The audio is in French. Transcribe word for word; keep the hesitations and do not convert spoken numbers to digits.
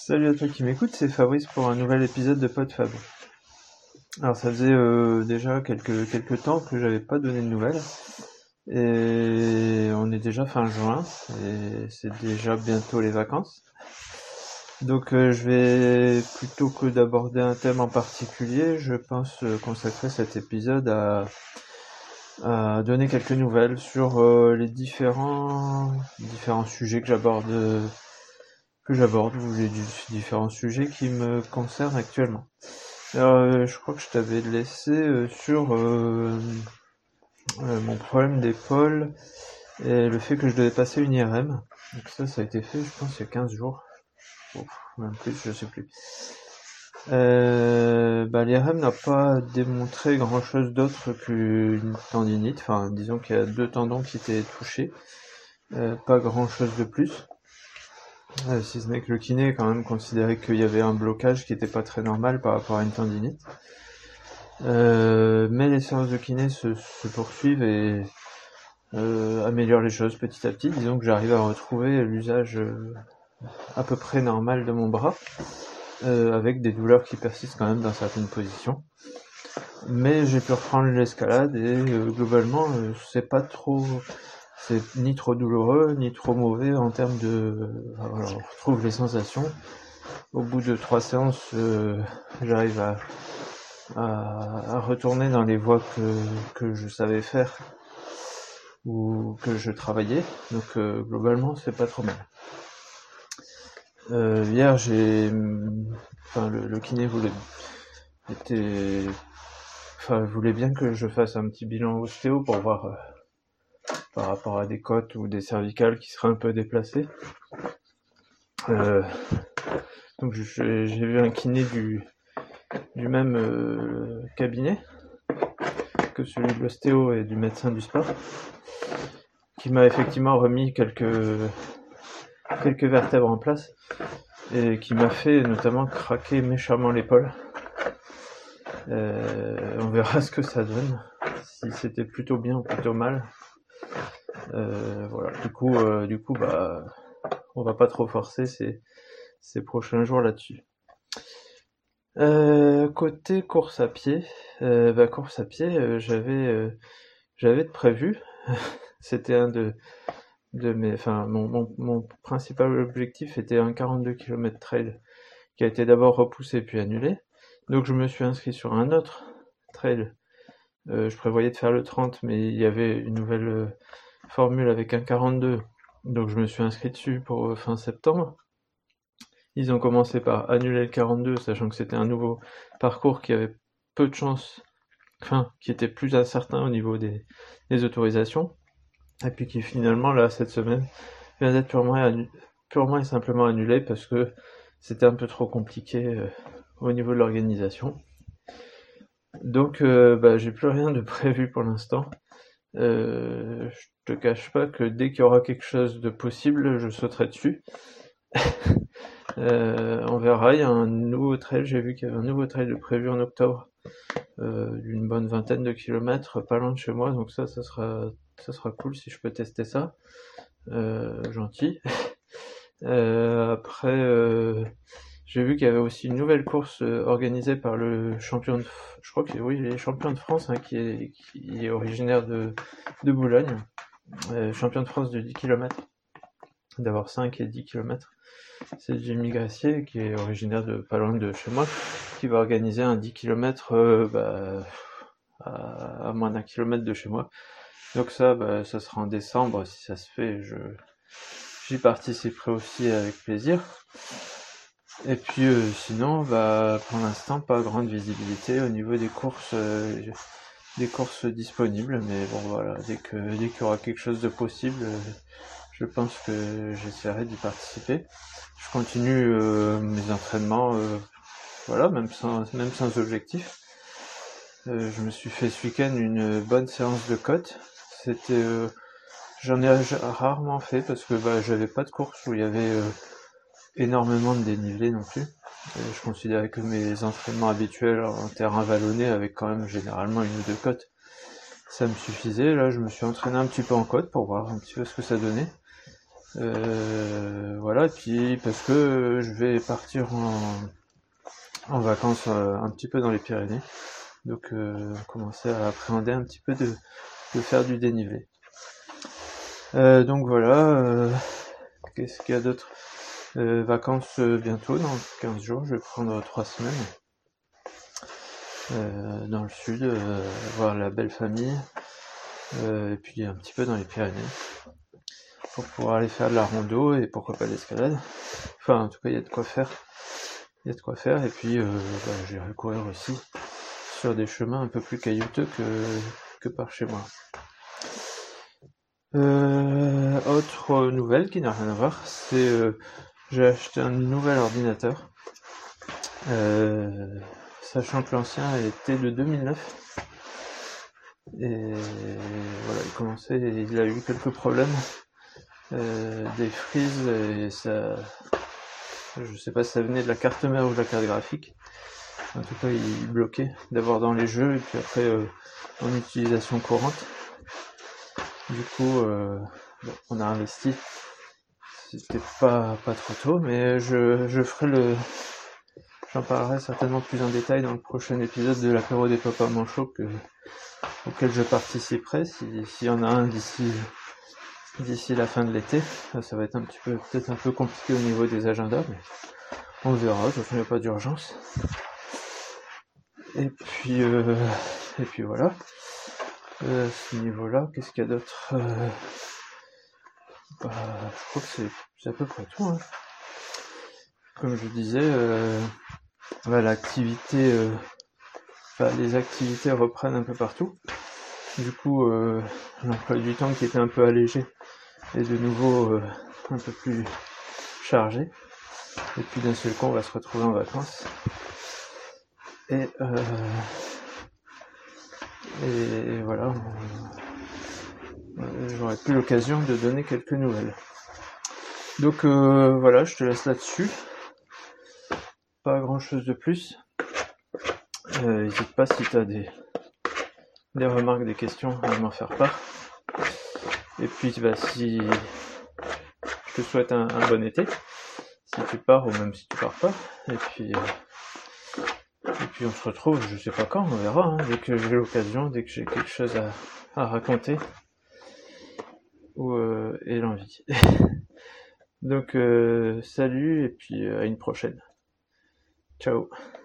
Salut à toi qui m'écoute, c'est Fabrice pour un nouvel épisode de PodFab. Alors ça faisait euh, déjà quelques, quelques temps que j'avais pas donné de nouvelles, et on est déjà fin juin, et c'est déjà bientôt les vacances. Donc euh, je vais, plutôt que d'aborder un thème en particulier, je pense euh, consacrer cet épisode à, à donner quelques nouvelles sur euh, les différents, différents sujets que j'aborde euh, que j'aborde, ou les différents sujets qui me concernent actuellement. Alors, euh, je crois que je t'avais laissé euh, sur euh, euh, mon problème d'épaule et le fait que je devais passer une I R M. Donc ça, ça a été fait, je pense, il y a quinze jours. Ouf, même plus, je sais plus. Euh, bah, l'I R M n'a pas démontré grand-chose d'autre qu'une tendinite. Enfin, disons qu'il y a deux tendons qui étaient touchés. Euh, pas grand-chose de plus. Euh, si ce n'est que le kiné quand même considéré qu'il y avait un blocage qui était pas très normal par rapport à une tendinite. Euh, mais les séances de kiné se, se poursuivent et euh, améliorent les choses petit à petit. Disons que j'arrive à retrouver l'usage euh, à peu près normal de mon bras, euh, avec des douleurs qui persistent quand même dans certaines positions. Mais j'ai pu reprendre l'escalade et euh, globalement euh, c'est pas trop, c'est ni trop douloureux ni trop mauvais en termes de, alors, on retrouve les sensations. Au bout de trois séances, euh, j'arrive à, à, à retourner dans les voies que, que je savais faire ou que je travaillais. Donc euh, globalement, c'est pas trop mal. Euh, hier, j'ai, enfin, le, le kiné voulait, était, enfin, voulait bien que je fasse un petit bilan ostéo pour voir euh, par rapport à des côtes ou des cervicales qui seraient un peu déplacées. Euh, donc j'ai vu un kiné du du même euh, cabinet que celui de l'ostéo et du médecin du sport, qui m'a effectivement remis quelques quelques vertèbres en place et qui m'a fait notamment craquer méchamment l'épaule. Euh, on verra ce que ça donne, si c'était plutôt bien ou plutôt mal. Euh, voilà. Du coup, euh, du coup, bah, on va pas trop forcer ces ces prochains jours là-dessus. Euh, côté course à pied, euh, bah course à pied, euh, j'avais euh, j'avais de prévu. C'était un de de mes, enfin mon, mon mon principal objectif était un quarante-deux kilomètres trail qui a été d'abord repoussé puis annulé. Donc je me suis inscrit sur un autre trail. Euh, je prévoyais de faire le trente, mais il y avait une nouvelle euh, formule avec un quarante-deux, donc je me suis inscrit dessus pour euh, fin septembre. Ils ont commencé par annuler le quarante-deux, sachant que c'était un nouveau parcours qui avait peu de chance, enfin, qui était plus incertain au niveau des, des autorisations, et puis qui finalement, là, cette semaine, vient d'être purement, annu- purement et simplement annulé parce que c'était un peu trop compliqué euh, au niveau de l'organisation. Donc, euh, bah, j'ai plus rien de prévu pour l'instant. Euh, je te cache pas que dès qu'il y aura quelque chose de possible, je sauterai dessus. Euh, on verra, il y a un nouveau trail, j'ai vu qu'il y avait un nouveau trail de prévu en octobre, euh, d'une bonne vingtaine de kilomètres, pas loin de chez moi, donc ça, ça sera, ça sera cool si je peux tester ça. Euh, gentil. Euh, après, euh, j'ai vu qu'il y avait aussi une nouvelle course euh, organisée par le champion de, je crois que oui, il est champion de France, hein, qui est, qui est originaire de, de Boulogne, euh, champion de France de dix kilomètres, d'avoir cinq et dix kilomètres. C'est Jimmy Gracier, qui est originaire de pas loin de chez moi, qui va organiser un dix kilomètres euh, bah, à, à moins d'un kilomètre de chez moi. Donc ça, bah, ça sera en décembre, si ça se fait, je j'y participerai aussi avec plaisir. Et puis euh, sinon, bah, pour l'instant, pas grande visibilité au niveau des courses, euh, des courses disponibles, mais bon voilà, dès que dès qu'il y aura quelque chose de possible, euh, je pense que j'essaierai d'y participer. Je continue euh, mes entraînements, euh, voilà, même sans même sans objectif. Euh, je me suis fait ce week-end une bonne séance de côte. C'était, euh, j'en ai rarement fait parce que bah, j'avais pas de course où il y avait euh, énormément de dénivelé non plus. Euh, je considérais que mes entraînements habituels en terrain vallonné avec quand même généralement une ou deux côtes, ça me suffisait. Là, je me suis entraîné un petit peu en côte pour voir un petit peu ce que ça donnait. Euh, voilà, et puis parce que je vais partir en, en vacances euh, un petit peu dans les Pyrénées, donc euh, commencer à appréhender un petit peu de, de faire du dénivelé. Euh, donc voilà, euh, qu'est-ce qu'il y a d'autre? euh, Vacances euh, bientôt, dans quinze jours, je vais prendre trois semaines euh, dans le sud, euh, voir la belle famille, euh, et puis un petit peu dans les Pyrénées, pour pouvoir aller faire de la rando et pourquoi pas l'escalade. Enfin, en tout cas, il y a de quoi faire. Il y a de quoi faire, et puis euh, bah, j'irai courir aussi sur des chemins un peu plus caillouteux que, que par chez moi. Euh, autre nouvelle qui n'a rien à voir, c'est euh, j'ai acheté un nouvel ordinateur, euh, sachant que l'ancien était de deux mille neuf, et voilà, il commençait, il a eu quelques problèmes, euh, des frises, et ça, je sais pas si ça venait de la carte mère ou de la carte graphique. En tout cas, il bloquait d'abord dans les jeux et puis après euh, en utilisation courante. Du coup, euh, bon, on a investi. C'était pas pas trop tôt, mais je, je ferai le, j'en parlerai certainement plus en détail dans le prochain épisode de l'apéro des papas manchots que, auquel je participerai, si s'il y en a un d'ici d'ici la fin de l'été. Ça va être un petit peu peut-être un peu compliqué au niveau des agendas, mais on verra. De toute façon, il n'y a pas d'urgence. Et puis euh, et puis voilà. Euh, à ce niveau-là, qu'est-ce qu'il y a d'autre? euh, bah, Je crois que c'est, c'est à peu près tout. Hein. Comme je disais, euh, bah, l'activité, euh, bah, les activités reprennent un peu partout. Du coup, euh, l'emploi du temps qui était un peu allégé est de nouveau euh, un peu plus chargé. Et puis d'un seul coup, on va se retrouver en vacances. Et, euh, et voilà, on, j'aurai plus l'occasion de donner quelques nouvelles. Donc euh, voilà, je te laisse là-dessus. Pas grand chose de plus. Euh, n'hésite pas si tu as des, des remarques, des questions à m'en faire part. Et puis bah, si je te souhaite un, un bon été, si tu pars ou même si tu pars pas. Et puis, euh, et puis on se retrouve, je sais pas quand, on verra, hein, dès que j'ai l'occasion, dès que j'ai quelque chose à, à raconter ou euh, et l'envie. Donc euh, salut et puis euh, à une prochaine. Ciao.